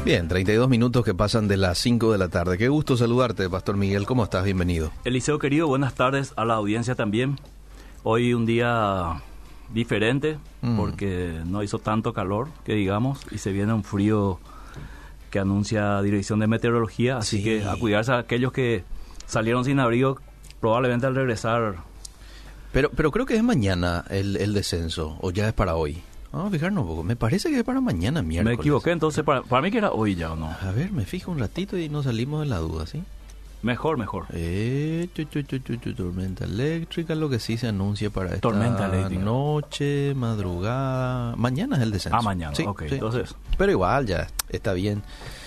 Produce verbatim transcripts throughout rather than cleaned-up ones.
Bien, treinta y dos minutos que pasan de las cinco de la tarde. Qué gusto saludarte, Pastor Miguel. ¿Cómo estás? Bienvenido. Eliseo querido, buenas tardes a la audiencia también. Hoy un día diferente mm. porque no hizo tanto calor, que digamos, y se viene un frío que anuncia Dirección de Meteorología, así sí. que a cuidarse a aquellos que salieron sin abrigo, probablemente al regresar. Pero pero creo que es mañana el, el descenso, o ya es para hoy. Vamos a fijarnos un poco. Me parece que es para mañana, miércoles. Me equivoqué, entonces para, para mí que era hoy ya, ¿o no? A ver, me fijo un ratito y nos salimos de la duda, ¿sí? Mejor, mejor. Eh, chu, chu, chu, chu, chu, tormenta eléctrica, lo que sí se anuncia para esta tormenta eléctrica. Noche, madrugada. Mañana es el descenso. Ah, mañana, sí, ok. Sí. Entonces. Pero igual ya está bien.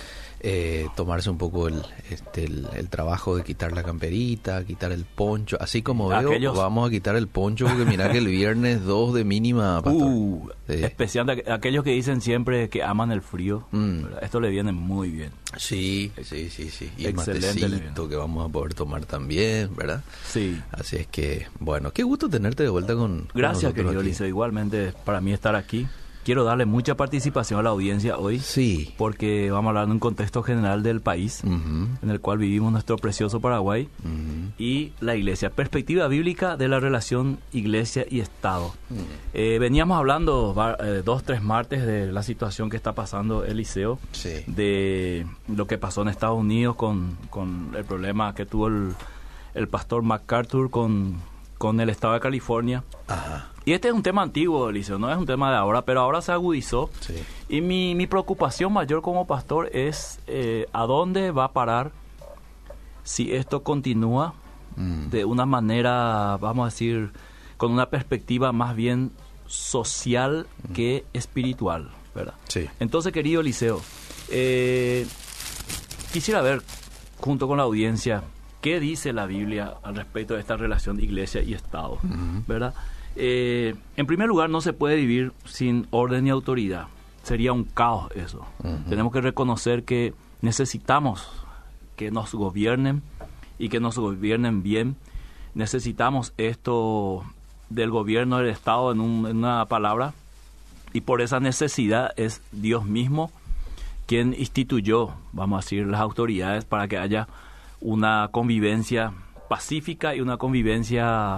Eh, tomarse un poco el, este, el, el trabajo de quitar la camperita, quitar el poncho, así como veo, aquellos... vamos a quitar el poncho porque mira que el viernes dos de mínima, pastor. Uh, sí. Especial de aquellos que dicen siempre que aman el frío, mm. esto le viene muy bien. Sí, sí, sí, sí. Y excelente el matecito que vamos a poder tomar también, ¿verdad? Sí. Así es que, bueno, qué gusto tenerte de vuelta con Gracias, con querido Liceo, igualmente para mí estar aquí. Quiero darle mucha participación a la audiencia hoy, sí, porque vamos a hablar de un contexto general del país, uh-huh. en el cual vivimos nuestro precioso Paraguay, uh-huh. y la Iglesia. Perspectiva bíblica de la relación Iglesia y Estado. Uh-huh. Eh, veníamos hablando eh, dos, tres martes de la situación que está pasando Eliseo, sí. de lo que pasó en Estados Unidos con, con el problema que tuvo el, el pastor MacArthur con, con el Estado de California. Ajá. Y este es un tema antiguo, Eliseo, no es un tema de ahora, pero ahora se agudizó. Sí. Y mi, mi preocupación mayor como pastor es eh, a dónde va a parar si esto continúa mm. de una manera, vamos a decir, con una perspectiva más bien social mm. que espiritual, ¿verdad? Sí. Entonces, querido Eliseo, eh, quisiera ver, junto con la audiencia, qué dice la Biblia al respecto de esta relación de iglesia y Estado, mm. ¿verdad? Eh, en primer lugar, no se puede vivir sin orden y autoridad. Sería un caos eso. Uh-huh. Tenemos que reconocer que necesitamos que nos gobiernen y que nos gobiernen bien. Necesitamos esto del gobierno del Estado en, un, en una palabra, y por esa necesidad es Dios mismo quien instituyó, vamos a decir, las autoridades para que haya una convivencia pacífica y una convivencia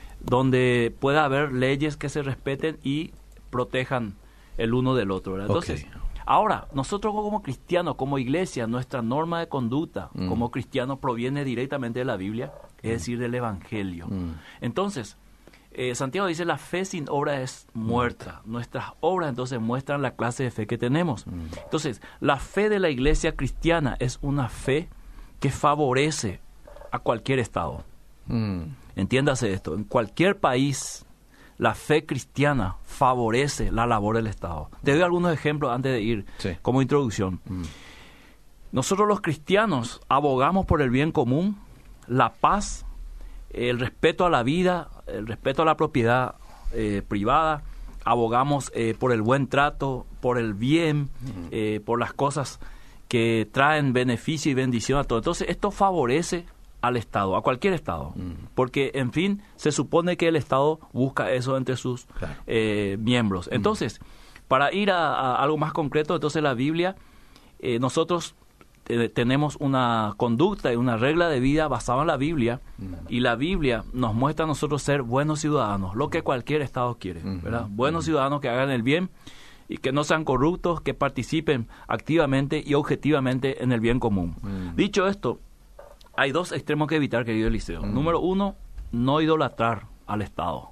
donde pueda haber leyes que se respeten y protejan el uno del otro, ¿verdad? Entonces, okay. ahora, nosotros como cristianos, como iglesia, nuestra norma de conducta mm. como cristianos proviene directamente de la Biblia, es mm. decir, del Evangelio. Mm. Entonces, eh, Santiago dice, la fe sin obra es muerta. Mm. Nuestras obras, entonces, muestran la clase de fe que tenemos. Mm. Entonces, la fe de la iglesia cristiana es una fe que favorece a cualquier estado. Mm. Entiéndase esto, en cualquier país la fe cristiana favorece la labor del Estado. Te doy algunos ejemplos antes de ir sí. como introducción. Mm. Nosotros los cristianos abogamos por el bien común, la paz, el respeto a la vida, el respeto a la propiedad eh, privada, abogamos eh, por el buen trato, por el bien, mm. eh, por las cosas que traen beneficio y bendición a todos. Entonces esto favorece al Estado, a cualquier Estado, mm. porque, en fin, se supone que el Estado busca eso entre sus claro. eh, miembros. Entonces, mm. para ir a, a algo más concreto, entonces la Biblia, eh, nosotros eh, tenemos una conducta y una regla de vida basada en la Biblia, mm. y la Biblia nos muestra a nosotros ser buenos ciudadanos, lo que cualquier Estado quiere, mm. ¿verdad? Buenos mm. ciudadanos que hagan el bien y que no sean corruptos, que participen activamente y objetivamente en el bien común. Mm. Dicho esto, hay dos extremos que evitar, querido Eliseo. Mm. Número uno, no idolatrar al Estado.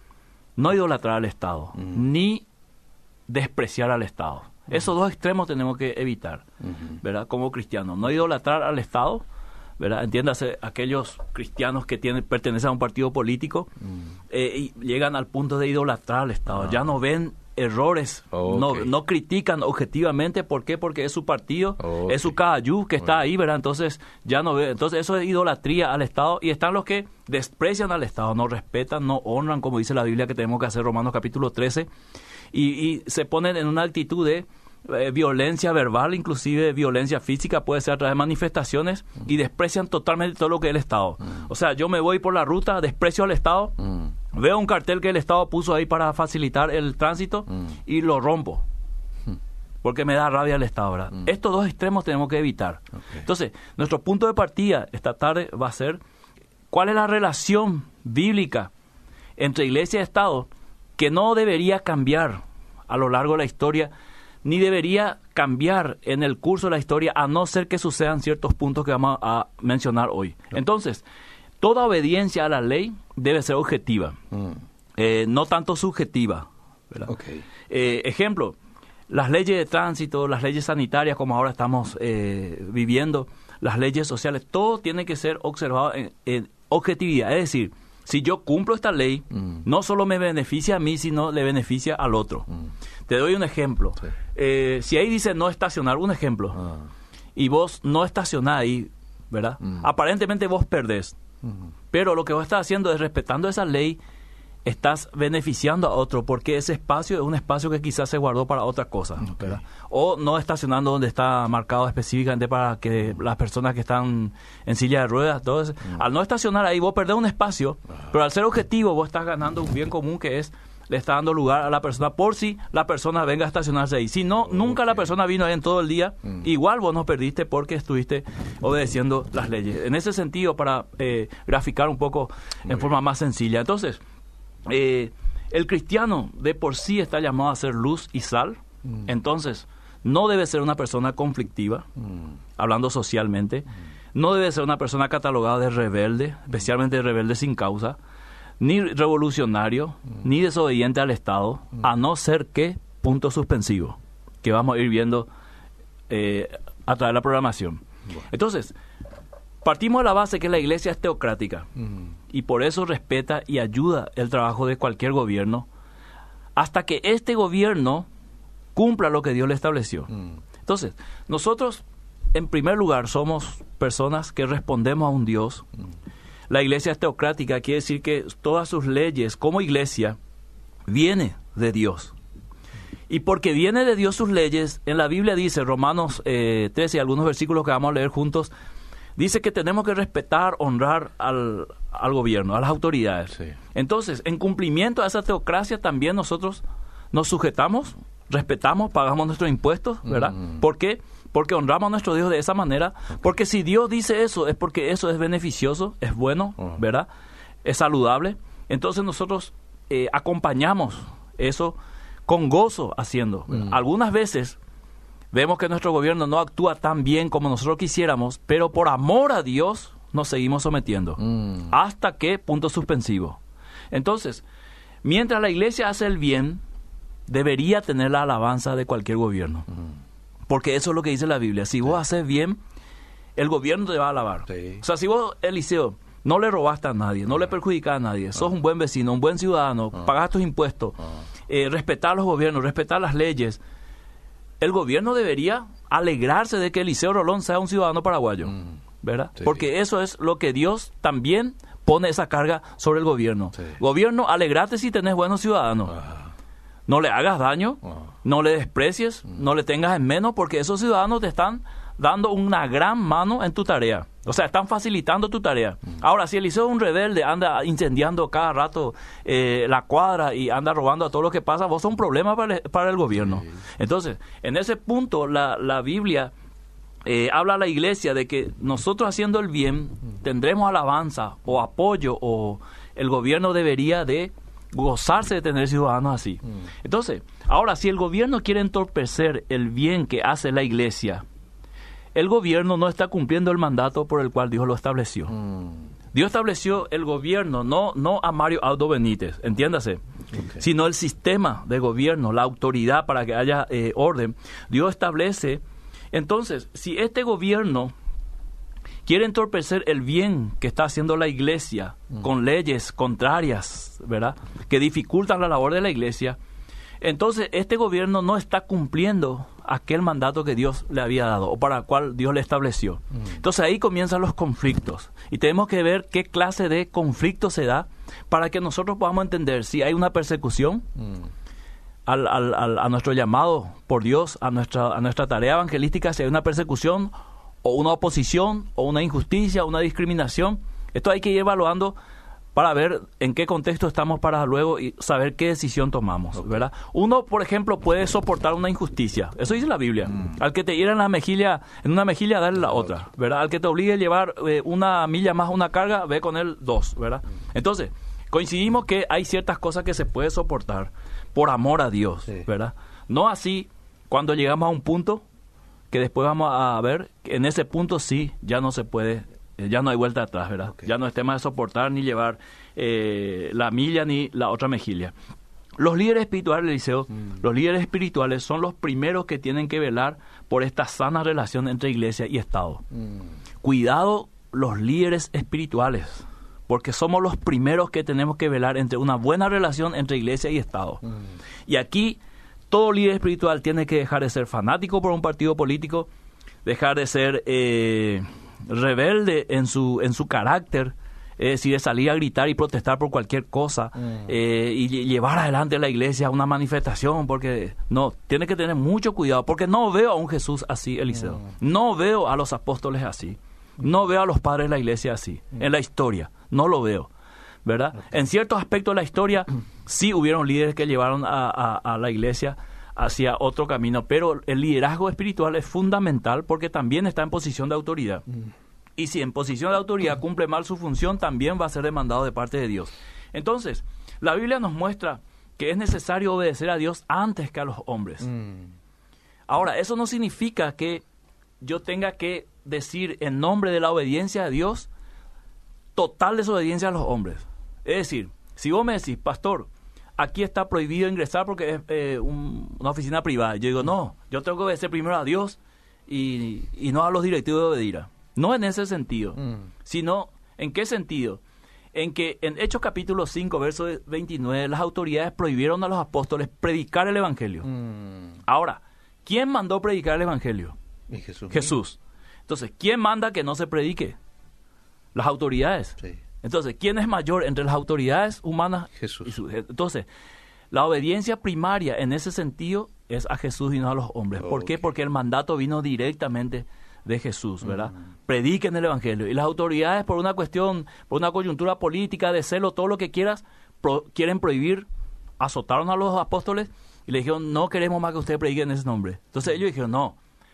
No idolatrar al Estado, mm. ni despreciar al Estado. Mm. Esos dos extremos tenemos que evitar, mm-hmm. ¿verdad? Como cristianos. No idolatrar al Estado, ¿verdad? Entiéndase, aquellos cristianos que tienen, pertenecen a un partido político mm. eh, y llegan al punto de idolatrar al Estado. Ah. Ya no ven errores, okay. no, no critican objetivamente. ¿Por qué? Porque es su partido, okay. es su cayú que está ahí, ¿verdad? Entonces, ya no ve, entonces eso es idolatría al Estado, y están los que desprecian al Estado, no respetan, no honran, como dice la Biblia que tenemos que hacer, Romanos capítulo trece, y, y se ponen en una actitud de eh, violencia verbal, inclusive violencia física, puede ser a través de manifestaciones, mm. y desprecian totalmente todo lo que es el Estado. Mm. O sea, yo me voy por la ruta, desprecio al Estado, mm. veo un cartel que el Estado puso ahí para facilitar el tránsito mm. y lo rompo. Mm. porque me da rabia el Estado, ¿verdad? Mm. Estos dos extremos tenemos que evitar. Okay. Entonces, nuestro punto de partida esta tarde va a ser cuál es la relación bíblica entre Iglesia y Estado que no debería cambiar a lo largo de la historia, ni debería cambiar en el curso de la historia, a no ser que sucedan ciertos puntos que vamos a mencionar hoy. Okay. Entonces, toda obediencia a la ley debe ser objetiva, mm. eh, no tanto subjetiva, ¿verdad? Okay. Eh, ejemplo, las leyes de tránsito, las leyes sanitarias, como ahora estamos eh, viviendo, las leyes sociales, todo tiene que ser observado en, en objetividad. Es decir, si yo cumplo esta ley, mm. no solo me beneficia a mí, sino le beneficia al otro. Mm. Te doy un ejemplo. Sí. Eh, si ahí dice no estacionar, un ejemplo, ah. y vos no estacionás ahí, ¿verdad? Mm. Aparentemente vos perdés. Mm. Pero lo que vos estás haciendo es, respetando esa ley, estás beneficiando a otro, porque ese espacio es un espacio que quizás se guardó para otra cosa, okay. ¿verdad? O no estacionando donde está marcado específicamente para que las personas que están en silla de ruedas, todo eso. Mm. Al no estacionar ahí, vos perdés un espacio, ah. pero al ser objetivo, vos estás ganando un bien común que es, le está dando lugar a la persona por si la persona venga a estacionarse ahí. Si no, okay. nunca la persona vino ahí en todo el día, mm. igual vos no perdiste porque estuviste obedeciendo las leyes. En ese sentido, para eh, graficar un poco Muy en bien. forma más sencilla. Entonces, Eh, el cristiano de por sí está llamado a ser luz y sal, mm. entonces no debe ser una persona conflictiva, mm. hablando socialmente, mm. no debe ser una persona catalogada de rebelde, especialmente de rebelde sin causa, ni revolucionario, mm. ni desobediente al Estado, mm. a no ser que, punto suspensivo, que vamos a ir viendo eh, a través de la programación. Bueno. Entonces, partimos de la base que la Iglesia es teocrática mm. y por eso respeta y ayuda el trabajo de cualquier gobierno hasta que este gobierno cumpla lo que Dios le estableció. Mm. Entonces, nosotros, en primer lugar, somos personas que respondemos a un Dios. Mm. La Iglesia es teocrática, quiere decir que todas sus leyes como Iglesia viene de Dios. Y porque viene de Dios sus leyes, en la Biblia dice, Romanos eh, trece y algunos versículos que vamos a leer juntos, dice que tenemos que respetar, honrar al, al gobierno, a las autoridades. Sí. Entonces, en cumplimiento a esa teocracia, también nosotros nos sujetamos, respetamos, pagamos nuestros impuestos, ¿verdad? Mm. ¿Por qué? Porque honramos a nuestro Dios de esa manera. Okay. Porque si Dios dice eso, es porque eso es beneficioso, es bueno, uh-huh. ¿verdad? Es saludable. Entonces nosotros eh, acompañamos eso con gozo haciendo. Mm. Algunas veces vemos que nuestro gobierno no actúa tan bien como nosotros quisiéramos, pero por amor a Dios nos seguimos sometiendo. Mm. ¿Hasta qué punto suspensivo? Entonces, mientras la Iglesia hace el bien, debería tener la alabanza de cualquier gobierno. Mm. Porque eso es lo que dice la Biblia. Si sí. vos haces bien, el gobierno te va a alabar. Sí. O sea, si vos, Eliseo, no le robaste a nadie, no ah. le perjudicaste a nadie, ah. sos un buen vecino, un buen ciudadano, ah. pagás tus impuestos, ah. eh, respetar los gobiernos, respetar las leyes, el gobierno debería alegrarse de que Eliseo Rolón sea un ciudadano paraguayo, mm. ¿verdad? Sí. Porque eso es lo que Dios también pone esa carga sobre el gobierno. Sí. Gobierno, alegrate si tenés buenos ciudadanos. Ah. No le hagas daño, ah. no le desprecies, mm. no le tengas en menos, porque esos ciudadanos te están dando una gran mano en tu tarea. O sea, están facilitando tu tarea. Mm. Ahora, si Eliseo es un rebelde, anda incendiando cada rato eh, la cuadra y anda robando a todo lo que pasa, vos sos un problema para el, para el gobierno. Sí. Entonces, en ese punto, la, la Biblia eh, habla a la Iglesia de que nosotros haciendo el bien mm. tendremos alabanza o apoyo, o el gobierno debería de gozarse de tener ciudadanos así. Mm. Entonces, ahora, si el gobierno quiere entorpecer el bien que hace la Iglesia, el gobierno no está cumpliendo el mandato por el cual Dios lo estableció. Mm. Dios estableció el gobierno, no, no a Mario Aldo Benítez, entiéndase, okay. sino el sistema de gobierno, la autoridad para que haya eh, orden. Dios establece. Entonces, si este gobierno quiere entorpecer el bien que está haciendo la Iglesia mm. con leyes contrarias, ¿verdad?, que dificultan la labor de la Iglesia, entonces este gobierno no está cumpliendo aquel mandato que Dios le había dado o para el cual Dios le estableció. Mm. Entonces ahí comienzan los conflictos y tenemos que ver qué clase de conflicto se da para que nosotros podamos entender si hay una persecución mm. al, al, al, a nuestro llamado por Dios, a nuestra, a nuestra tarea evangelística, si hay una persecución o una oposición o una injusticia, una discriminación. Esto hay que ir evaluando para ver en qué contexto estamos para luego y saber qué decisión tomamos, okay. ¿verdad? Uno, por ejemplo, puede soportar una injusticia. Eso dice la Biblia. Mm. Al que te hiera en la mejilla, en una mejilla, dale la otra, ¿verdad? Al que te obligue a llevar eh, una milla más una carga, ve con él dos, ¿verdad? Entonces, coincidimos que hay ciertas cosas que se puede soportar por amor a Dios, sí. ¿verdad? No así cuando llegamos a un punto que después vamos a ver que en ese punto sí, ya no se puede, ya no hay vuelta atrás, ¿verdad? Okay. Ya no es tema de soportar ni llevar eh, la milla ni la otra mejilla. Los líderes espirituales, Eliseo, mm. los líderes espirituales son los primeros que tienen que velar por esta sana relación entre iglesia y Estado. Mm. Cuidado los líderes espirituales, porque somos los primeros que tenemos que velar entre una buena relación entre iglesia y Estado. Mm. Y aquí todo líder espiritual tiene que dejar de ser fanático por un partido político, dejar de ser eh, rebelde en su en su carácter, es decir, de salir a gritar y protestar por cualquier cosa, mm. eh, y llevar adelante a la iglesia una manifestación, porque no, tiene que tener mucho cuidado, porque no veo a un Jesús así, Eliseo. Mm. No veo a los apóstoles así. No veo a los padres de la iglesia así, mm. en la historia. No lo veo, ¿verdad? Okay. En ciertos aspectos de la historia sí hubieron líderes que llevaron a, a, a la iglesia hacia otro camino, pero el liderazgo espiritual es fundamental porque también está en posición de autoridad. Mm. Y si en posición de autoridad cumple mal su función, también va a ser demandado de parte de Dios. Entonces, la Biblia nos muestra que es necesario obedecer a Dios antes que a los hombres. Mm. Ahora, eso no significa que yo tenga que decir en nombre de la obediencia a Dios total desobediencia a los hombres. Es decir, si vos me decís, pastor, aquí está prohibido ingresar porque es eh, un, una oficina privada. Yo digo, no, yo tengo que obedecer primero a Dios y, y no a los directivos de Obedira. No en ese sentido, mm. sino, ¿en qué sentido? En que en Hechos capítulo cinco, verso veintinueve, las autoridades prohibieron a los apóstoles predicar el Evangelio. Mm. Ahora, ¿quién mandó predicar el Evangelio? ¿Y Jesús? Jesús. Entonces, ¿quién manda que no se predique? Las autoridades. Sí. Entonces, ¿quién es mayor entre las autoridades humanas? Jesús. Y su, entonces, la obediencia primaria en ese sentido es a Jesús y no a los hombres. ¿Por okay. qué? Porque el mandato vino directamente de Jesús, ¿verdad? Mm. Prediquen el Evangelio. Y las autoridades, por una cuestión, por una coyuntura política, de celo, todo lo que quieras, pro, quieren prohibir, azotaron a los apóstoles y le dijeron, no queremos más que ustedes prediquen ese nombre. Entonces mm. ellos dijeron, no.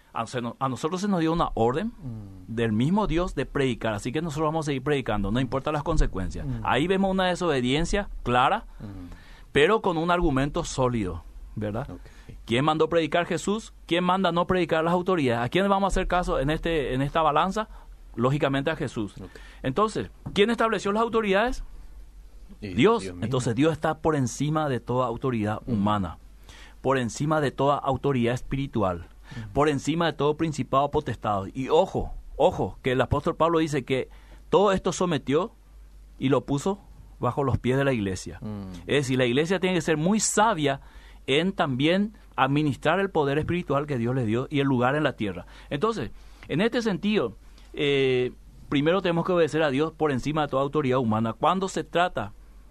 A nosotros se nos dio una orden mm. del mismo Dios de predicar, así que nosotros vamos a seguir predicando, no importa las consecuencias. Mm. Ahí vemos una desobediencia clara, mm. pero con un argumento sólido, ¿verdad? Okay. ¿Quién mandó predicar? Jesús. ¿Quién manda no predicar? Las autoridades. ¿A quién vamos a hacer caso en este en esta balanza? Lógicamente a Jesús. Okay. Entonces, ¿quién estableció las autoridades? Y Dios. Dios Entonces Dios está por encima de toda autoridad mm. humana, por encima de toda autoridad espiritual, por encima de todo principado potestad. Y ojo, ojo, que el apóstol Pablo dice que todo esto sometió y lo puso bajo los pies de la iglesia. Mm. Es decir, la iglesia tiene que ser muy sabia en también administrar el poder espiritual que Dios le dio y el lugar en la tierra. Entonces, en este sentido, eh, primero tenemos que obedecer a Dios por encima de toda autoridad humana. Cuando se trata,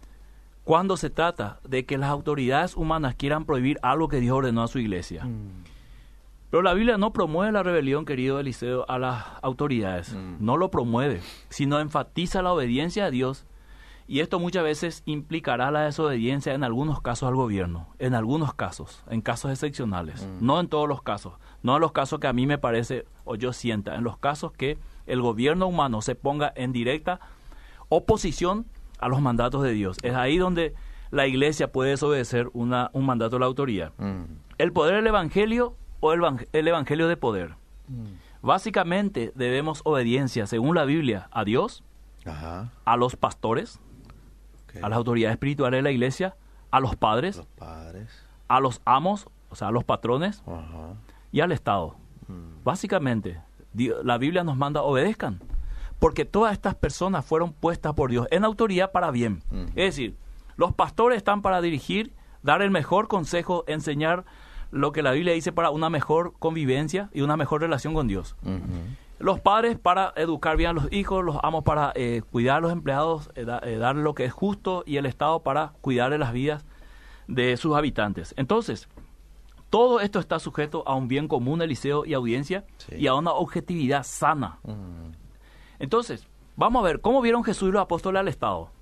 cuando se trata de que las autoridades humanas quieran prohibir algo que Dios ordenó a su iglesia. Mm. Pero la Biblia no promueve la rebelión, querido Eliseo, a las autoridades. Mm. No lo promueve, sino enfatiza la obediencia a Dios. Y esto muchas veces implicará la desobediencia en algunos casos al gobierno. En algunos casos, en casos excepcionales. Mm. No en todos los casos. No en los casos que a mí me parece o yo sienta. En los casos que el gobierno humano se ponga en directa oposición a los mandatos de Dios. Es ahí donde la iglesia puede desobedecer una, un mandato de la autoridad. Mm. El poder del evangelio o el, el evangelio de poder. Mm. Básicamente debemos obediencia, según la Biblia, a Dios, Ajá. a los pastores, okay. a las autoridades espirituales de la iglesia, a los padres, los padres. a los amos, o sea, a los patrones, Ajá. y al Estado. Mm. Básicamente, la Biblia nos manda obedezcan, porque todas estas personas fueron puestas por Dios en autoridad para bien. Mm. Es decir, los pastores están para dirigir, dar el mejor consejo, enseñar lo que la Biblia dice para una mejor convivencia y una mejor relación con Dios. Uh-huh. Los padres para educar bien a los hijos, los amos para eh, cuidar a los empleados, eh, da, eh, dar lo que es justo, y el Estado para cuidar de las vidas de sus habitantes. Entonces, todo esto está sujeto a un bien común, Eliseo, y audiencia, sí. y a una objetividad sana. Uh-huh. Entonces, vamos a ver, ¿cómo vieron Jesús y los apóstoles al Estado?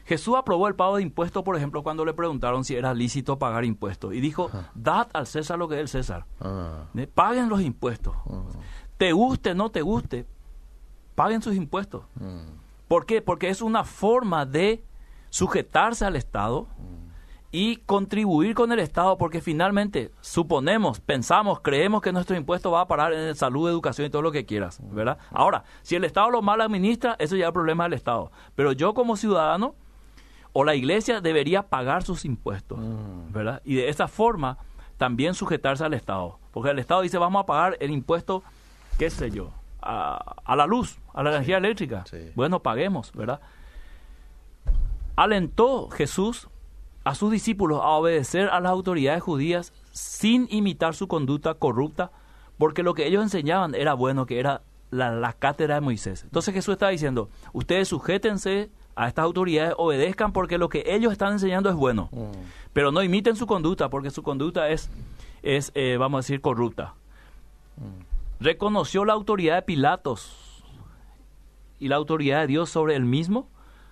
Jesús aprobó el pago de impuestos, por ejemplo, cuando le preguntaron si era lícito pagar impuestos. Y dijo, ajá, dad al César lo que es el César. Ah. Paguen los impuestos. Ah. Te guste, no te guste, paguen sus impuestos. Ah. ¿Por qué? Porque es una forma de sujetarse al Estado y contribuir con el Estado, porque finalmente suponemos, pensamos, creemos que nuestro impuesto va a parar en salud, educación y todo lo que quieras, ¿verdad? Ahora, si el Estado lo mal administra, eso ya es problema del Estado. Pero yo como ciudadano o la iglesia debería pagar sus impuestos, ¿verdad? Y de esa forma también sujetarse al Estado, porque el Estado dice vamos a pagar el impuesto, qué sé yo, a, a la luz, a la energía eléctrica. Sí. Bueno, paguemos, ¿verdad? Alentó Jesús a sus discípulos a obedecer a las autoridades judías sin imitar su conducta corrupta, porque lo que ellos enseñaban era bueno, que era la, la cátedra de Moisés. Entonces Jesús está diciendo, ustedes sujétense a estas autoridades, obedezcan porque lo que ellos están enseñando es bueno, mm. pero no imiten su conducta, porque su conducta es, es eh, vamos a decir, corrupta. Mm. Reconoció la autoridad de Pilatos y la autoridad de Dios sobre él mismo,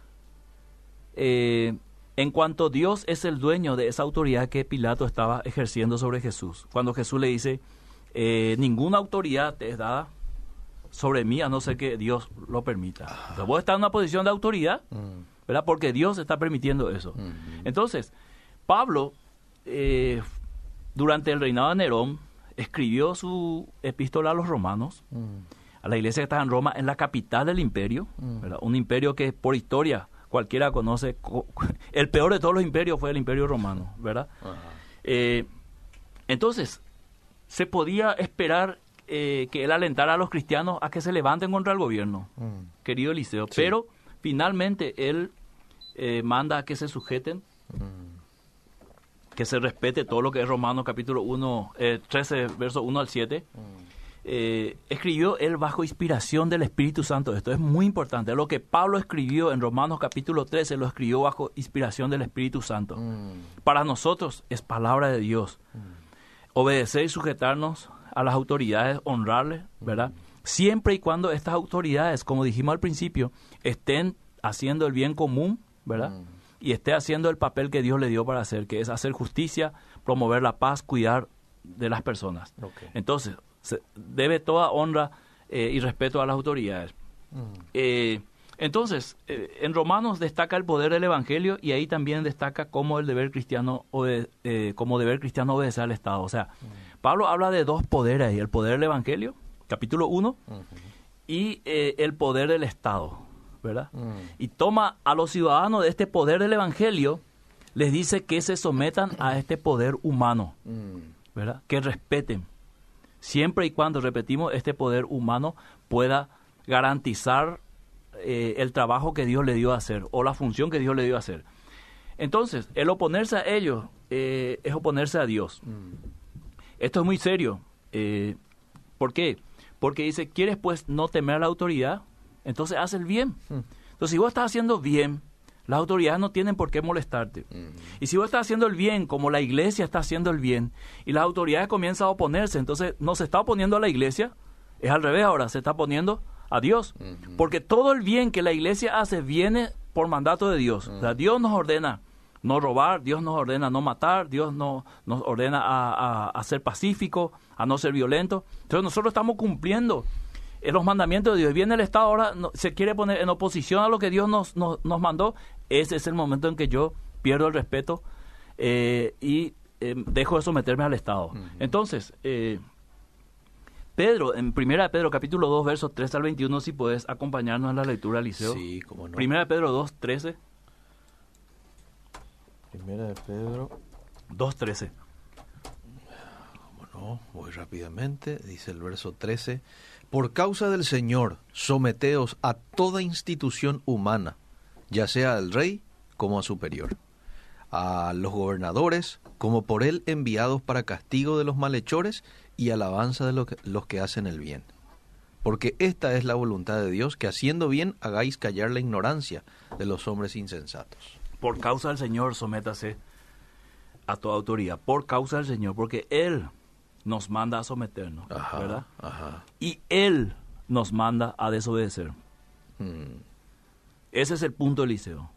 eh, en cuanto Dios es el dueño de esa autoridad que Pilato estaba ejerciendo sobre Jesús. Cuando Jesús le dice, eh, ninguna autoridad te es dada sobre mí a no ser que Dios lo permita. Entonces, vos estás en una posición de autoridad, ¿verdad? Porque Dios está permitiendo eso. Entonces, Pablo, eh, durante el reinado de Nerón, escribió su epístola a los romanos, a la iglesia que estaba en Roma, en la capital del imperio, ¿verdad? Un imperio que por historia cualquiera conoce, el peor de todos los imperios fue el imperio romano, ¿verdad? Eh, entonces, se podía esperar eh, que él alentara a los cristianos a que se levanten contra el gobierno, mm. querido Eliseo, sí. Pero finalmente él eh, manda a que se sujeten, mm. que se respete todo lo que es Romanos capítulo uno, eh, trece, versos uno al siete. Mm. Eh, escribió él bajo inspiración del Espíritu Santo. Esto es muy importante. Lo que Pablo escribió en Romanos capítulo trece lo escribió bajo inspiración del Espíritu Santo. Mm. Para nosotros es palabra de Dios. Mm. Obedecer y sujetarnos a las autoridades, honrarles, ¿verdad? Mm. Siempre y cuando estas autoridades, como dijimos al principio, estén haciendo el bien común, ¿verdad? Mm. Y esté haciendo el papel que Dios le dio para hacer, que es hacer justicia, promover la paz, cuidar de las personas. Okay. Entonces, se debe toda honra eh, y respeto a las autoridades. Mm. Eh, entonces, eh, en Romanos destaca el poder del Evangelio y ahí también destaca cómo el deber cristiano obede- eh, como deber cristiano obedecer al Estado. O sea, mm. Pablo habla de dos poderes ahí, el poder del Evangelio, capítulo uno, uh-huh. y eh, el poder del Estado, ¿verdad? Mm. Y toma a los ciudadanos de este poder del Evangelio, les dice que se sometan a este poder humano, mm. ¿verdad? Que respeten. Siempre y cuando, repetimos, este poder humano pueda garantizar eh, el trabajo que Dios le dio a hacer o la función que Dios le dio a hacer. Entonces, el oponerse a ellos eh, es oponerse a Dios. Mm. Esto es muy serio. Eh, ¿Por qué? Porque dice, ¿quieres pues no temer a la autoridad? Entonces haz el bien. Mm. Entonces, si vos estás haciendo bien, las autoridades no tienen por qué molestarte. Mm. Y si vos estás haciendo el bien, como la iglesia está haciendo el bien, y las autoridades comienzan a oponerse, entonces no se está oponiendo a la iglesia, es al revés ahora, se está oponiendo a Dios. Mm-hmm. Porque todo el bien que la iglesia hace viene por mandato de Dios. Mm. O sea, Dios nos ordena no robar, Dios nos ordena no matar, Dios no, nos ordena a, a, a ser pacífico, a no ser violento. Entonces nosotros estamos cumpliendo los mandamientos de Dios. Viene el Estado ahora, no, se quiere poner en oposición a lo que Dios nos, nos, nos mandó. Ese es el momento en que yo pierdo el respeto eh, y eh, dejo de someterme al Estado. Uh-huh. Entonces, eh, Pedro, en Primera de Pedro, capítulo dos, versos trece al veintiuno, si puedes acompañarnos en la lectura, Eliseo. Sí, cómo no. Primera de Pedro dos, trece. Primera de Pedro dos, trece. Bueno, voy rápidamente. Dice el verso trece. Por causa del Señor, someteos a toda institución humana, ya sea al rey como a superior, a los gobernadores como por él enviados para castigo de los malhechores y alabanza de los que, los que hacen el bien. Porque esta es la voluntad de Dios, que haciendo bien hagáis callar la ignorancia de los hombres insensatos. Por causa del Señor, sométase a toda autoridad. Por causa del Señor, porque Él nos manda a someternos, ajá, ¿verdad? Ajá. Y Él nos manda a desobedecer. Hmm. Ese es el punto, Eliseo.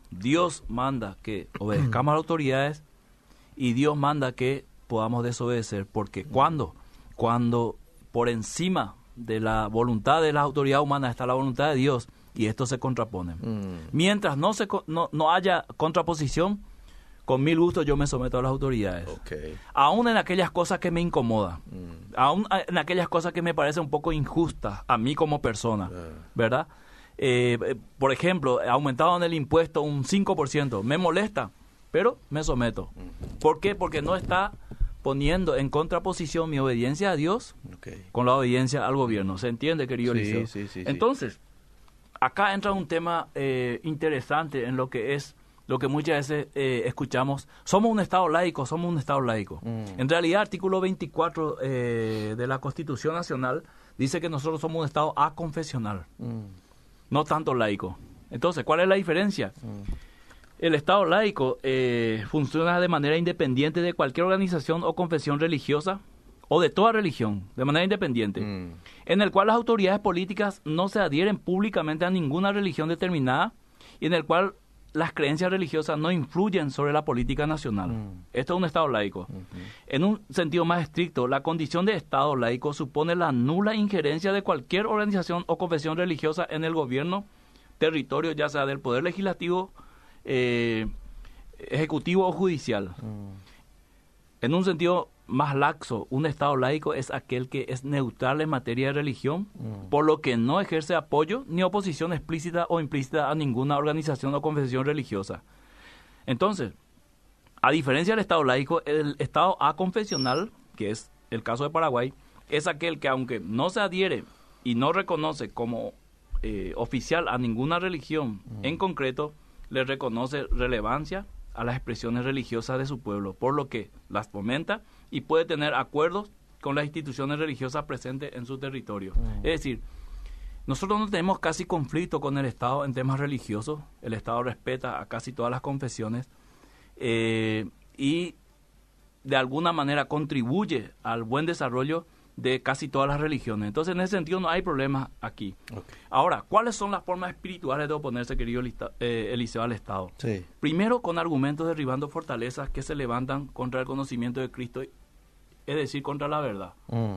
Dios manda que obedezcamos a las autoridades y Dios manda que podamos desobedecer. Porque cuando, cuando por encima de la voluntad de las autoridades humanas está la voluntad de Dios, y estos se contraponen. Mm. Mientras no, se, no, no haya contraposición, con mil gustos yo me someto a las autoridades. Okay. Aún en aquellas cosas que me incomodan, mm. aún en aquellas cosas que me parecen un poco injustas a mí como persona, uh. ¿verdad? Eh, por ejemplo, aumentaron el impuesto un cinco por ciento, me molesta, pero me someto. Mm. ¿Por qué? Porque no está poniendo en contraposición mi obediencia a Dios okay. con la obediencia al gobierno. ¿Se entiende, querido sí, Liceo? Sí, sí, Entonces, sí. acá entra un tema eh, interesante en lo que es, lo que muchas veces eh, escuchamos. Somos un Estado laico, somos un Estado laico. Mm. En realidad, artículo veinticuatro eh, de la Constitución Nacional dice que nosotros somos un Estado aconfesional, mm. no tanto laico. Entonces, ¿cuál es la diferencia? Mm. El Estado laico eh, funciona de manera independiente de cualquier organización o confesión religiosa o de toda religión, de manera independiente, mm. en el cual las autoridades políticas no se adhieren públicamente a ninguna religión determinada y en el cual las creencias religiosas no influyen sobre la política nacional. Mm. Esto es un Estado laico. Mm-hmm. En un sentido más estricto, la condición de Estado laico supone la nula injerencia de cualquier organización o confesión religiosa en el gobierno, territorio, ya sea del Poder Legislativo, eh, Ejecutivo o Judicial. Mm. En un sentido más laxo, un Estado laico es aquel que es neutral en materia de religión, mm. por lo que no ejerce apoyo ni oposición explícita o implícita a ninguna organización o confesión religiosa. Entonces, a diferencia del Estado laico, el Estado aconfesional, que es el caso de Paraguay, es aquel que, aunque no se adhiere y no reconoce como eh, oficial a ninguna religión mm. en concreto, le reconoce relevancia a las expresiones religiosas de su pueblo, por lo que las fomenta y puede tener acuerdos con las instituciones religiosas presentes en su territorio. Mm. Es decir, nosotros no tenemos casi conflicto con el Estado en temas religiosos. El Estado respeta a casi todas las confesiones eh, y de alguna manera contribuye al buen desarrollo de casi todas las religiones. Entonces, en ese sentido, no hay problema aquí. Okay. Ahora, ¿cuáles son las formas espirituales de oponerse, querido eh, Eliseo, al Estado? Sí. Primero, con argumentos derribando fortalezas que se levantan contra el conocimiento de Cristo, es decir, contra la verdad.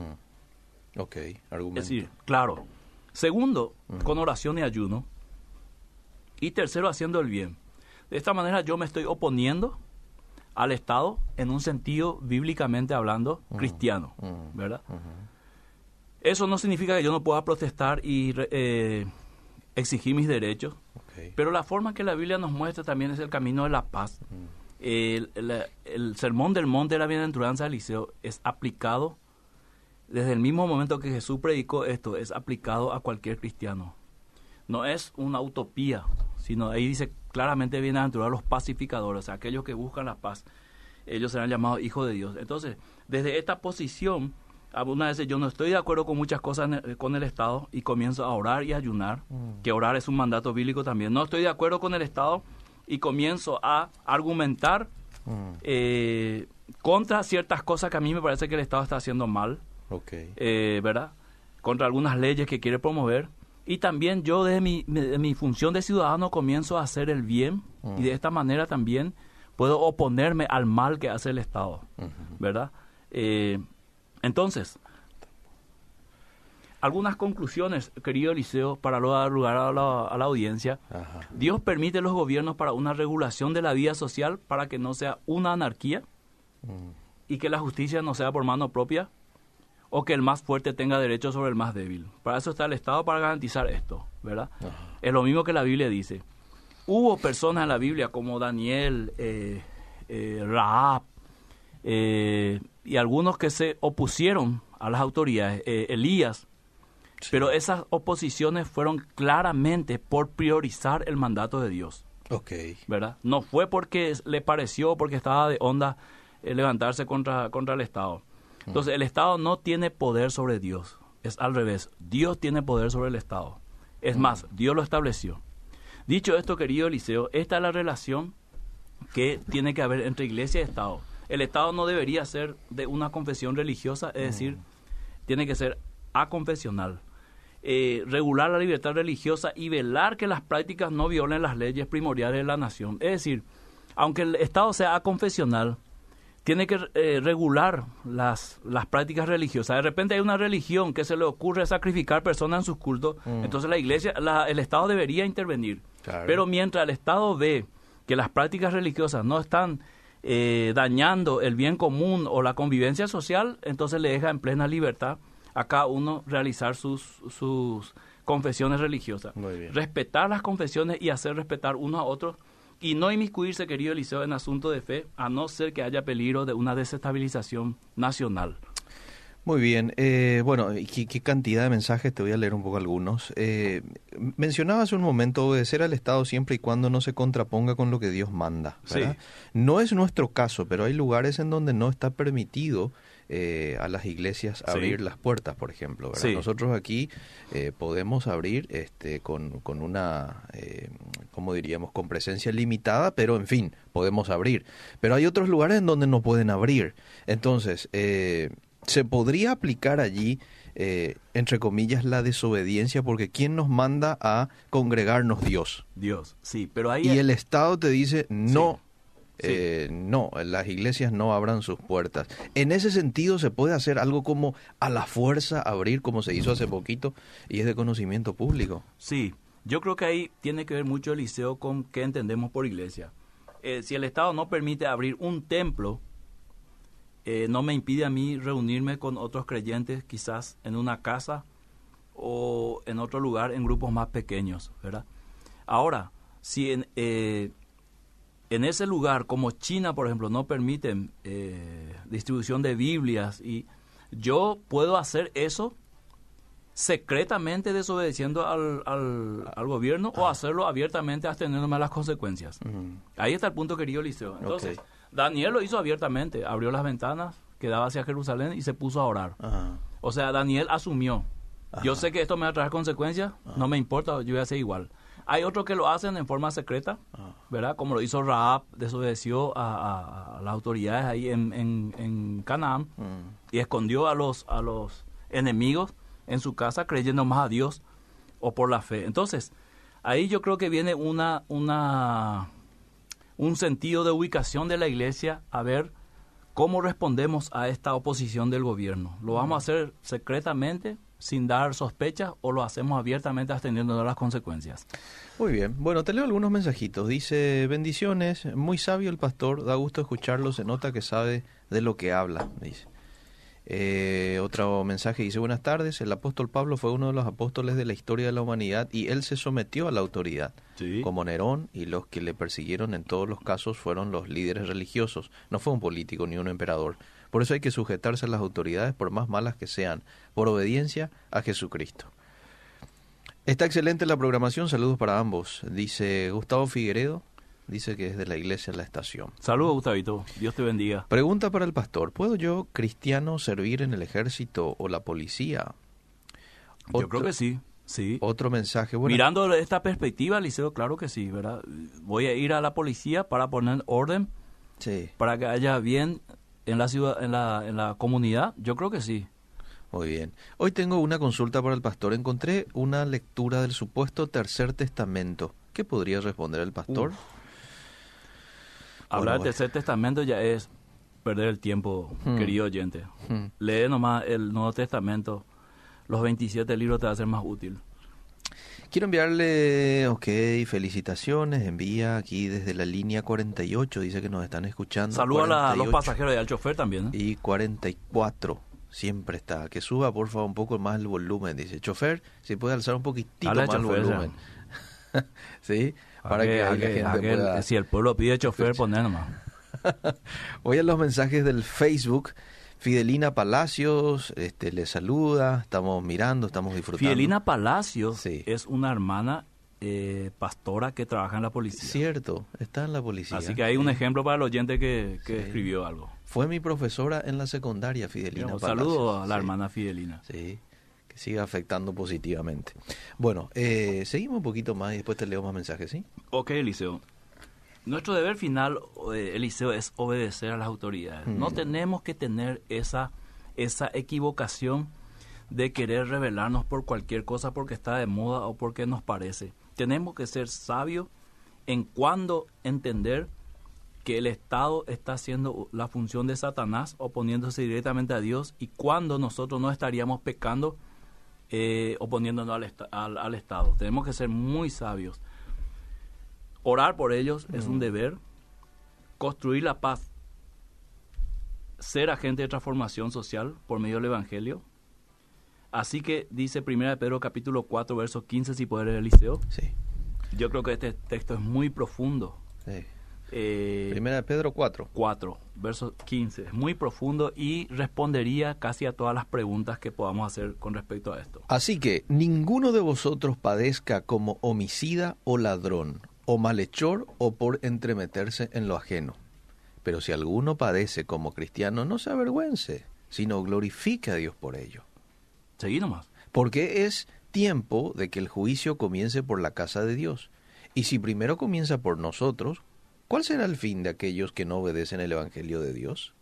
Mm. Ok, argumento. Es decir, claro. Segundo, mm. con oración y ayuno. Y tercero, haciendo el bien. De esta manera, yo me estoy oponiendo al Estado en un sentido bíblicamente hablando uh-huh. cristiano, uh-huh. ¿verdad? Uh-huh. Eso no significa que yo no pueda protestar y eh, exigir mis derechos, okay. pero la forma que la Biblia nos muestra también es el camino de la paz. Uh-huh. El, el, el sermón del monte de la bienaventuranza de Eliseo es aplicado desde el mismo momento que Jesús predicó esto, es aplicado a cualquier cristiano. No es una utopía, sino ahí dice claramente bienaventurados los pacificadores, o sea, aquellos que buscan la paz, ellos serán llamados hijos de Dios. Entonces, desde esta posición, algunas veces yo no estoy de acuerdo con muchas cosas el, con el Estado y comienzo a orar y ayunar, mm. que orar es un mandato bíblico también. No estoy de acuerdo con el Estado y comienzo a argumentar mm. eh, contra ciertas cosas que a mí me parece que el Estado está haciendo mal, okay. eh, ¿verdad? Contra algunas leyes que quiere promover. Y también yo desde mi, de mi función de ciudadano comienzo a hacer el bien uh-huh. y de esta manera también puedo oponerme al mal que hace el Estado, uh-huh. ¿verdad? Eh, entonces, algunas conclusiones, querido Eliseo, para luego dar lugar a la, a la audiencia. Uh-huh. Dios permite los gobiernos para una regulación de la vida social para que no sea una anarquía uh-huh. y que la justicia no sea por mano propia, o que el más fuerte tenga derecho sobre el más débil. Para eso está el Estado, para garantizar esto, ¿verdad? Uh-huh. Es lo mismo que la Biblia dice. Hubo personas en la Biblia como Daniel, eh, eh, Rahab, eh, y algunos que se opusieron a las autoridades, eh, Elías, sí. pero esas oposiciones fueron claramente por priorizar el mandato de Dios. Okay. ¿Verdad? No fue porque le pareció, porque estaba de onda eh, levantarse contra, contra el Estado. Entonces, el Estado no tiene poder sobre Dios. Es al revés. Dios tiene poder sobre el Estado. Es más, Dios lo estableció. Dicho esto, querido Eliseo, esta es la relación que tiene que haber entre Iglesia y Estado. El Estado no debería ser de una confesión religiosa, es decir, tiene que ser aconfesional. eh, regular la libertad religiosa y velar que las prácticas no violen las leyes primordiales de la nación. Es decir, aunque el Estado sea aconfesional, tiene que eh, regular las, las prácticas religiosas. De repente hay una religión que se le ocurre sacrificar personas en sus cultos, mm. entonces la iglesia, la, el Estado debería intervenir. Claro. Pero mientras el Estado ve que las prácticas religiosas no están eh, dañando el bien común o la convivencia social, entonces le deja en plena libertad a cada uno realizar sus, sus confesiones religiosas. Muy bien. Respetar las confesiones y hacer respetar unos a otros, y no inmiscuirse, querido Eliseo, en asuntos de fe, a no ser que haya peligro de una desestabilización nacional. Muy bien. Eh, bueno, ¿qué, qué cantidad de mensajes? Te voy a leer un poco algunos. Eh, mencionaba hace un momento obedecer al Estado siempre y cuando no se contraponga con lo que Dios manda, ¿verdad? Sí. No es nuestro caso, pero hay lugares en donde no está permitido eh, a las iglesias abrir sí. las puertas, por ejemplo, ¿verdad? Sí. Nosotros aquí eh, podemos abrir este, con, con una, eh, ¿cómo diríamos?, con presencia limitada, pero en fin, podemos abrir. Pero hay otros lugares en donde no pueden abrir. Entonces, eh, ¿se podría aplicar allí, eh, entre comillas, la desobediencia? Porque ¿quién nos manda a congregarnos? Dios. Dios, sí, pero ahí... Y hay... el Estado te dice, no, sí, eh, sí. no, las iglesias no abran sus puertas. En ese sentido, ¿se puede hacer algo como a la fuerza abrir, como se hizo hace poquito, y es de conocimiento público? Sí, yo creo que ahí tiene que ver mucho, Eliseo, con qué entendemos por iglesia. Eh, si el Estado no permite abrir un templo, Eh, no me impide a mí reunirme con otros creyentes, quizás en una casa o en otro lugar, en grupos más pequeños, ¿verdad? Ahora, si en, eh, en ese lugar, como China, por ejemplo, no permiten eh, distribución de Biblias, y yo puedo hacer eso secretamente desobedeciendo al, al, al gobierno, ah. o hacerlo abiertamente absteniéndome a las consecuencias. Uh-huh. Ahí está el punto, querido Eliseo. Entonces, okay. Daniel lo hizo abiertamente, abrió las ventanas, quedaba hacia Jerusalén y se puso a orar. Ajá. O sea, Daniel asumió. Ajá. Yo sé que esto me va a traer consecuencias, Ajá. no me importa, yo voy a hacer igual. Hay otros que lo hacen en forma secreta, Ajá. ¿verdad? Como lo hizo Rahab, desobedeció a, a, a las autoridades ahí en, en, en Canaán uh-huh. y escondió a los, a los enemigos en su casa creyendo más a Dios o por la fe. Entonces, ahí yo creo que viene una... una un sentido de ubicación de la iglesia, a ver cómo respondemos a esta oposición del gobierno. ¿Lo vamos a hacer secretamente, sin dar sospechas, o lo hacemos abiertamente, absteniéndonos a las consecuencias? Muy bien. Bueno, te leo algunos mensajitos. Dice, bendiciones, muy sabio el pastor, da gusto escucharlo, se nota que sabe de lo que habla, dice. Eh, otro mensaje dice, buenas tardes, el apóstol Pablo fue uno de los apóstoles de la historia de la humanidad y él se sometió a la autoridad, sí. como Nerón, y los que le persiguieron en todos los casos fueron los líderes religiosos, no fue un político ni un emperador. Por eso hay que sujetarse a las autoridades, por más malas que sean, por obediencia a Jesucristo. Está excelente la programación, saludos para ambos, dice Gustavo Figueredo. Dice que es de la iglesia La Estación. Saludos, Gustavito. Dios te bendiga. Pregunta para el pastor. ¿Puedo yo, cristiano, servir en el ejército o la policía? Otro, yo creo que sí. sí. Otro mensaje. Bueno, mirando esta perspectiva, Eliseo, claro que sí, ¿verdad? Voy a ir a la policía para poner orden, sí. para que haya bien en la ciudad, en la, en la comunidad. Yo creo que sí. Muy bien. Hoy tengo una consulta para el pastor. Encontré una lectura del supuesto Tercer Testamento. ¿Qué podría responder el pastor? Uf. Hablar bueno, del Tercer Testamento ya es perder el tiempo, hmm. querido oyente. Hmm. Lee nomás el Nuevo Testamento, los veintisiete libros te va a ser más útil. Quiero enviarle, ok, felicitaciones, envía aquí desde la línea cuarenta y ocho, dice que nos están escuchando. Saludos a los pasajeros y al chofer también, ¿eh? Y cuarenta y cuatro, siempre está. Que suba, por favor, un poco más el volumen, dice. Chofer, si puede alzar un poquitito Habla más chofer, el volumen. ¿Sí? Para que, que, que, gente que pueda... Si el pueblo pide chofer, poner nomás. Voy a los mensajes del Facebook. Fidelina Palacios este, le saluda. Estamos mirando, estamos disfrutando. Fidelina Palacios sí. es una hermana eh, pastora que trabaja en la policía. Cierto, está en la policía. Así que hay un ejemplo para el oyente que, que sí. escribió algo. Fue mi profesora en la secundaria, Fidelina Bien, un Palacios. saludo a la sí. hermana Fidelina. Sí. Que siga afectando positivamente. Bueno, eh, seguimos un poquito más y después te leo más mensajes, ¿sí? Ok, Eliseo. Nuestro deber final, eh, Eliseo, es obedecer a las autoridades. Mm. No tenemos que tener esa, esa equivocación de querer rebelarnos por cualquier cosa porque está de moda o porque nos parece. Tenemos que ser sabios en cuándo entender que el Estado está haciendo la función de Satanás, oponiéndose directamente a Dios, y cuándo nosotros no estaríamos pecando eh, oponiéndonos al, esta, al, al Estado. Tenemos que ser muy sabios. Orar por ellos mm. es un deber. Construir la paz, ser agente de transformación social por medio del Evangelio. Así que dice primera de Pedro capítulo cuatro, verso quince, si puede leer, Eliseo. Sí. Yo creo que este texto es muy profundo. Sí. Eh, primera de Pedro cuatro. cuatro, verso quince. Es muy profundo y respondería casi a todas las preguntas que podamos hacer con respecto a esto. Así que ninguno de vosotros padezca como homicida o ladrón, o malhechor, o por entremeterse en lo ajeno. Pero si alguno padece como cristiano, no se avergüence, sino glorifique a Dios por ello. Seguí nomás. Porque es tiempo de que el juicio comience por la casa de Dios. Y si primero comienza por nosotros, ¿cuál será el fin de aquellos que no obedecen el Evangelio de Dios?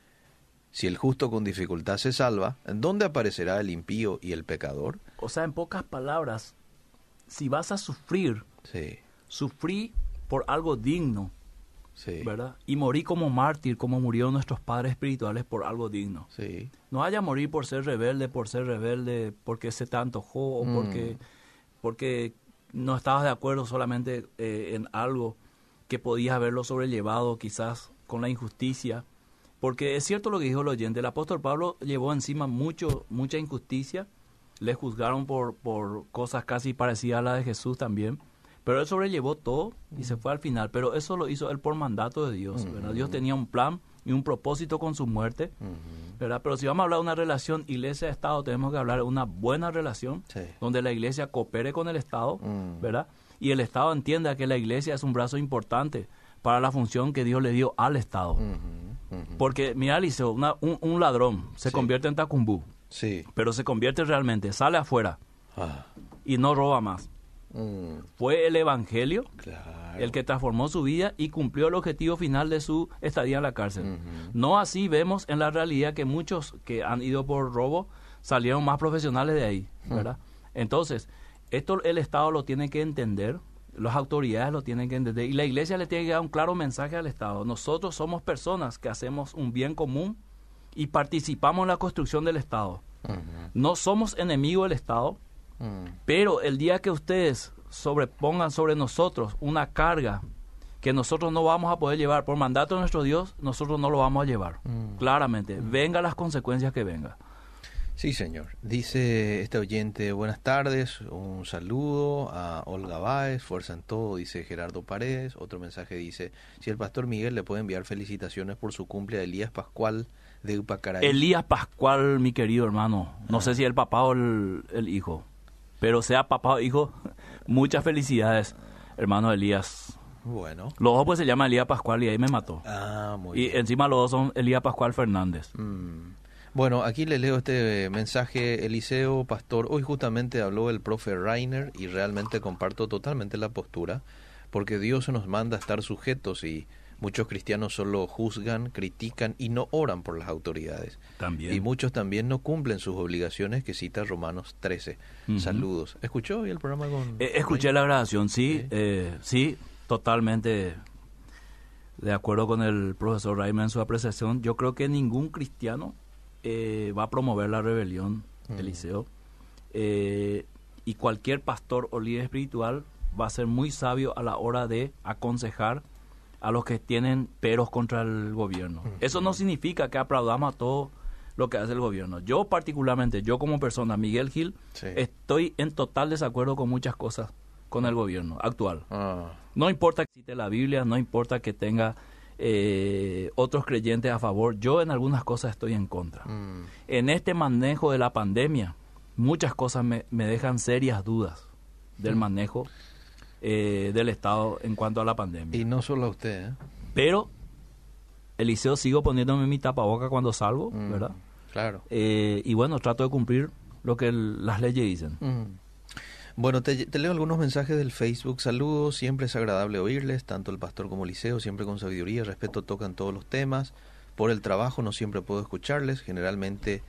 Si el justo con dificultad se salva, ¿dónde aparecerá el impío y el pecador? O sea, en pocas palabras, si vas a sufrir, sí. sufrí por algo digno, sí. ¿verdad? Y morí como mártir, como murieron nuestros padres espirituales por algo digno. Sí. No haya morir por ser rebelde, por ser rebelde, porque se te antojó, o mm. porque, porque no estabas de acuerdo solamente eh, en algo que podías haberlo sobrellevado quizás con la injusticia. Porque es cierto lo que dijo el oyente, el apóstol Pablo llevó encima mucho mucha injusticia, le juzgaron por, por cosas casi parecidas a las de Jesús también, pero él sobrellevó todo y mm. se fue al final. Pero eso lo hizo él por mandato de Dios, ¿verdad? Mm. Dios tenía un plan y un propósito con su muerte, mm. ¿verdad? Pero si vamos a hablar de una relación iglesia-estado, tenemos que hablar de una buena relación, sí. donde la iglesia coopere con el Estado, mm. ¿verdad? Y el Estado entienda que la iglesia es un brazo importante para la función que Dios le dio al Estado. Uh-huh, uh-huh. Porque, mira, Eliseo, una, un, un ladrón se sí. convierte en tacumbú, sí. pero se convierte realmente, sale afuera ah. y no roba más. Mm. Fue el Evangelio claro. el que transformó su vida y cumplió el objetivo final de su estadía en la cárcel. Uh-huh. No así vemos en la realidad que muchos que han ido por robo salieron más profesionales de ahí, ¿verdad? Uh-huh. Entonces, esto el Estado lo tiene que entender, las autoridades lo tienen que entender, y la iglesia le tiene que dar un claro mensaje al Estado. Nosotros somos personas que hacemos un bien común y participamos en la construcción del Estado. Uh-huh. No somos enemigos del Estado, uh-huh. pero el día que ustedes sobrepongan sobre nosotros una carga que nosotros no vamos a poder llevar por mandato de nuestro Dios, nosotros no lo vamos a llevar. Uh-huh. Claramente, uh-huh. venga las consecuencias que venga. Sí, señor. Dice este oyente, buenas tardes, un saludo a Olga Báez, fuerza en todo, dice Gerardo Paredes. Otro mensaje dice, si el pastor Miguel le puede enviar felicitaciones por su cumple a Elías Pascual de Upacaraí. Elías Pascual, mi querido hermano, no ah. sé si el papá o el, el hijo, pero sea papá o hijo, muchas felicidades, hermano Elías. Bueno. Los dos pues se llaman Elías Pascual y ahí me mató. Ah, muy y bien. Y encima los dos son Elías Pascual Fernández. Mm. Bueno, aquí le leo este mensaje, Eliseo, pastor. Hoy justamente habló el profe Reiner y realmente comparto totalmente la postura, porque Dios nos manda a estar sujetos y muchos cristianos solo juzgan, critican y no oran por las autoridades. También. Y muchos también no cumplen sus obligaciones que cita Romanos trece. Uh-huh. Saludos. ¿Escuchó hoy el programa con...? Eh, escuché Reiner? La grabación, sí, ¿Sí? Eh, sí, totalmente de acuerdo con el profesor Reiner en su apreciación. Yo creo que ningún cristiano Eh, va a promover la rebelión, mm. Eliseo, eh, y cualquier pastor o líder espiritual va a ser muy sabio a la hora de aconsejar a los que tienen peros contra el gobierno. Mm. Eso no significa que aplaudamos a todo lo que hace el gobierno. Yo particularmente, yo como persona, Miguel Gil, sí. estoy en total desacuerdo con muchas cosas con el gobierno actual. Ah. No importa que cite la Biblia, no importa que tenga Eh, otros creyentes a favor, yo en algunas cosas estoy en contra. Mm. En este manejo de la pandemia, muchas cosas me, me dejan serias dudas del mm. manejo eh, del Estado en cuanto a la pandemia. Y no solo a usted, ¿eh? Pero, Eliseo, sigo poniéndome mi tapaboca cuando salgo, mm. ¿verdad? Claro. Eh, y bueno, trato de cumplir lo que el, las leyes dicen. Mm. Bueno, te, te leo algunos mensajes del Facebook. Saludos, siempre es agradable oírles, tanto el pastor como Eliseo, siempre con sabiduría y respeto tocan todos los temas. Por el trabajo no siempre puedo escucharles, generalmente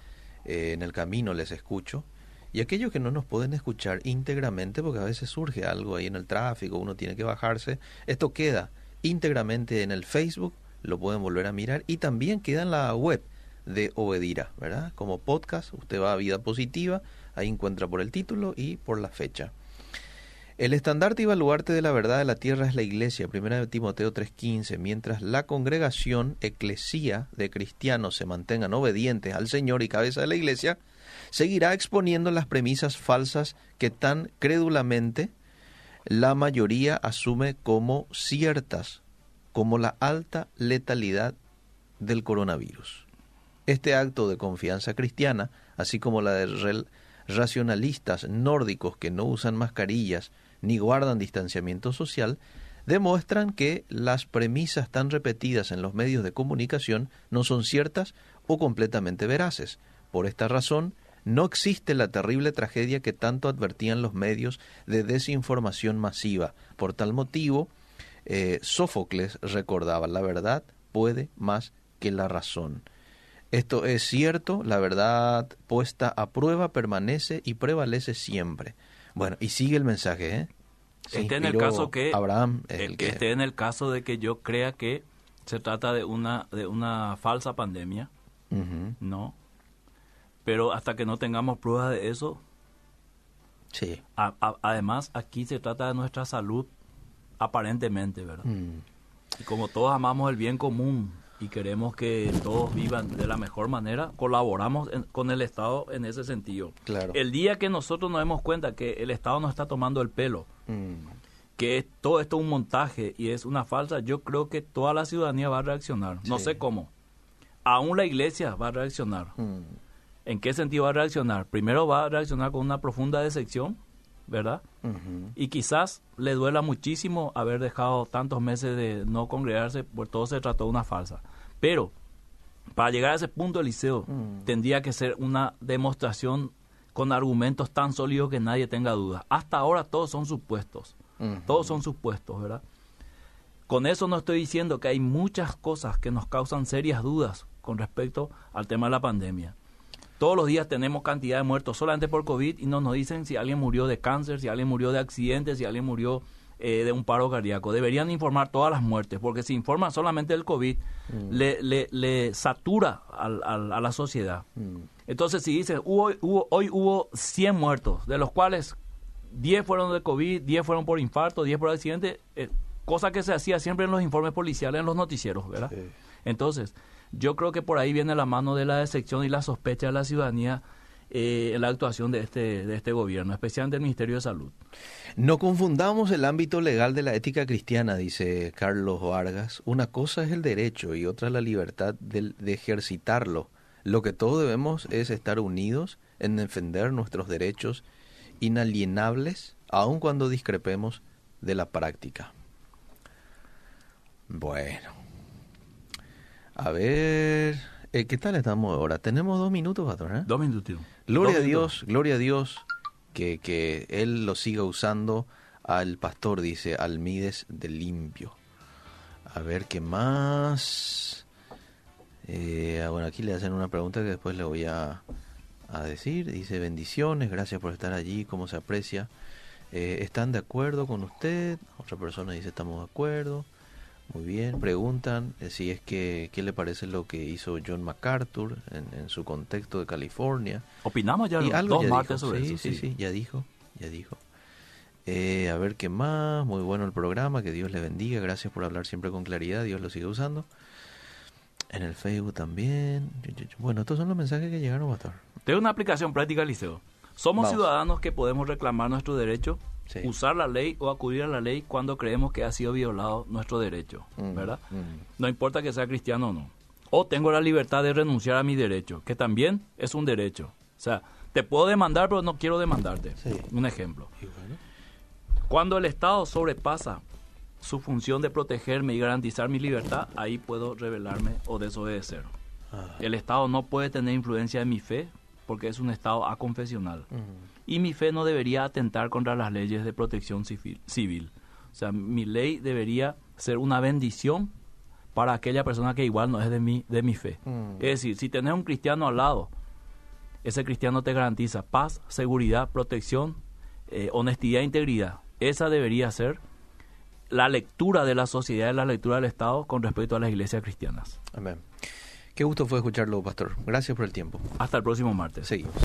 eh, en el camino les escucho. Y aquellos que no nos pueden escuchar íntegramente, porque a veces surge algo ahí en el tráfico, uno tiene que bajarse, esto queda íntegramente en el Facebook, lo pueden volver a mirar, y también queda en la web de Obedira, ¿verdad? Como podcast, usted va a Vida Positiva, ahí encuentra por el título y por la fecha. El estandarte y baluarte de la verdad de la tierra es la iglesia, primera de Timoteo tres quince, mientras la congregación, eclesía de cristianos se mantengan obedientes al Señor y cabeza de la iglesia, seguirá exponiendo las premisas falsas que tan crédulamente la mayoría asume como ciertas, como la alta letalidad del coronavirus. Este acto de confianza cristiana, así como la de racionalistas nórdicos que no usan mascarillas ni guardan distanciamiento social, demuestran que las premisas tan repetidas en los medios de comunicación no son ciertas o completamente veraces. Por esta razón, no existe la terrible tragedia que tanto advertían los medios de desinformación masiva. Por tal motivo, eh, Sófocles recordaba: la verdad puede más que la razón. Esto es cierto, la verdad puesta a prueba permanece y prevalece siempre. Bueno, y sigue el mensaje, ¿eh? Se esté en el caso que Abraham, el, el que que esté en el caso de que yo crea que se trata de una de una falsa pandemia, uh-huh. ¿no? Pero hasta que no tengamos pruebas de eso, sí. A, a, además aquí se trata de nuestra salud aparentemente, ¿verdad? Mm. Y como todos amamos el bien común y queremos que todos vivan de la mejor manera, colaboramos en, con el Estado en ese sentido. Claro. El día que nosotros nos demos cuenta que el Estado nos está tomando el pelo, mm. que es, todo esto es un montaje y es una falsa, yo creo que toda la ciudadanía va a reaccionar. Sí. No sé cómo. Aún la iglesia va a reaccionar. Mm. ¿En qué sentido va a reaccionar? Primero va a reaccionar con una profunda decepción, ¿verdad? Uh-huh. Y quizás le duela muchísimo haber dejado tantos meses de no congregarse, por todo se trató de una falsa. Pero para llegar a ese punto, Eliseo, uh-huh. tendría que ser una demostración con argumentos tan sólidos que nadie tenga dudas. Hasta ahora todos son supuestos, uh-huh. todos son supuestos, ¿verdad? Con eso no estoy diciendo que hay muchas cosas que nos causan serias dudas con respecto al tema de la pandemia. Todos los días tenemos cantidad de muertos solamente por COVID y no nos dicen si alguien murió de cáncer, si alguien murió de accidentes, si alguien murió eh, de un paro cardíaco. Deberían informar todas las muertes, porque si informan solamente del COVID, mm. le, le, le satura al, al, a la sociedad. Mm. Entonces, si dicen, hubo, hubo, hoy hubo cien muertos, de los cuales diez fueron de COVID, diez fueron por infarto, diez por accidente, eh, cosa que se hacía siempre en los informes policiales, en los noticieros, ¿verdad? Sí. Entonces, yo creo que por ahí viene la mano de la decepción y la sospecha de la ciudadanía eh, en la actuación de este, de este gobierno, especialmente el Ministerio de Salud. No confundamos el ámbito legal de la ética cristiana, dice Carlos Vargas. Una cosa es el derecho y otra la libertad de, de ejercitarlo. Lo que todos debemos es estar unidos en defender nuestros derechos inalienables, aun cuando discrepemos de la práctica. Bueno. A ver, eh, ¿qué tal estamos ahora? Tenemos dos minutos, patrón, ¿eh? Dos minutos. Gloria dos a Dios, minutos. gloria a Dios, que, que Él lo siga usando al pastor, dice Almides de Limpio. A ver, ¿qué más? Eh, bueno, aquí le hacen una pregunta que después le voy a, a decir. Dice, bendiciones, gracias por estar allí, cómo se aprecia. Eh, ¿Están de acuerdo con usted? Otra persona dice, estamos de acuerdo. Muy bien, preguntan eh, si es que qué le parece lo que hizo John MacArthur en, en su contexto de California. Opinamos ya y los algo dos ya martes dijo. sobre sí, eso. Sí, sí, sí, ya dijo, ya dijo. Eh, a ver qué más, muy bueno el programa, que Dios le bendiga, gracias por hablar siempre con claridad, Dios lo sigue usando. En el Facebook también. Bueno, estos son los mensajes que llegaron, Pastor. Tengo una aplicación práctica, Liceo. Somos Vamos. ciudadanos que podemos reclamar nuestro derecho, sí. usar la ley o acudir a la ley cuando creemos que ha sido violado nuestro derecho, mm, ¿verdad? Mm. No importa que sea cristiano o no. O tengo la libertad de renunciar a mi derecho, que también es un derecho. O sea, te puedo demandar, pero no quiero demandarte. Sí. Un ejemplo. ¿Y bueno? Cuando el Estado sobrepasa su función de protegerme y garantizar mi libertad, ahí puedo rebelarme o desobedecer. Ah. El Estado no puede tener influencia en mi fe, porque es un Estado aconfesional. Uh-huh. Y mi fe no debería atentar contra las leyes de protección civil, civil. O sea, mi ley debería ser una bendición para aquella persona que igual no es de mi, de mi fe. Uh-huh. Es decir, si tenés un cristiano al lado ese cristiano te garantiza paz, seguridad, protección, eh, honestidad e integridad. Esa debería ser la lectura de la sociedad y la lectura del Estado con respecto a las iglesias cristianas. Amén. Qué gusto fue escucharlo, pastor. Gracias por el tiempo. Hasta el próximo martes. Seguimos.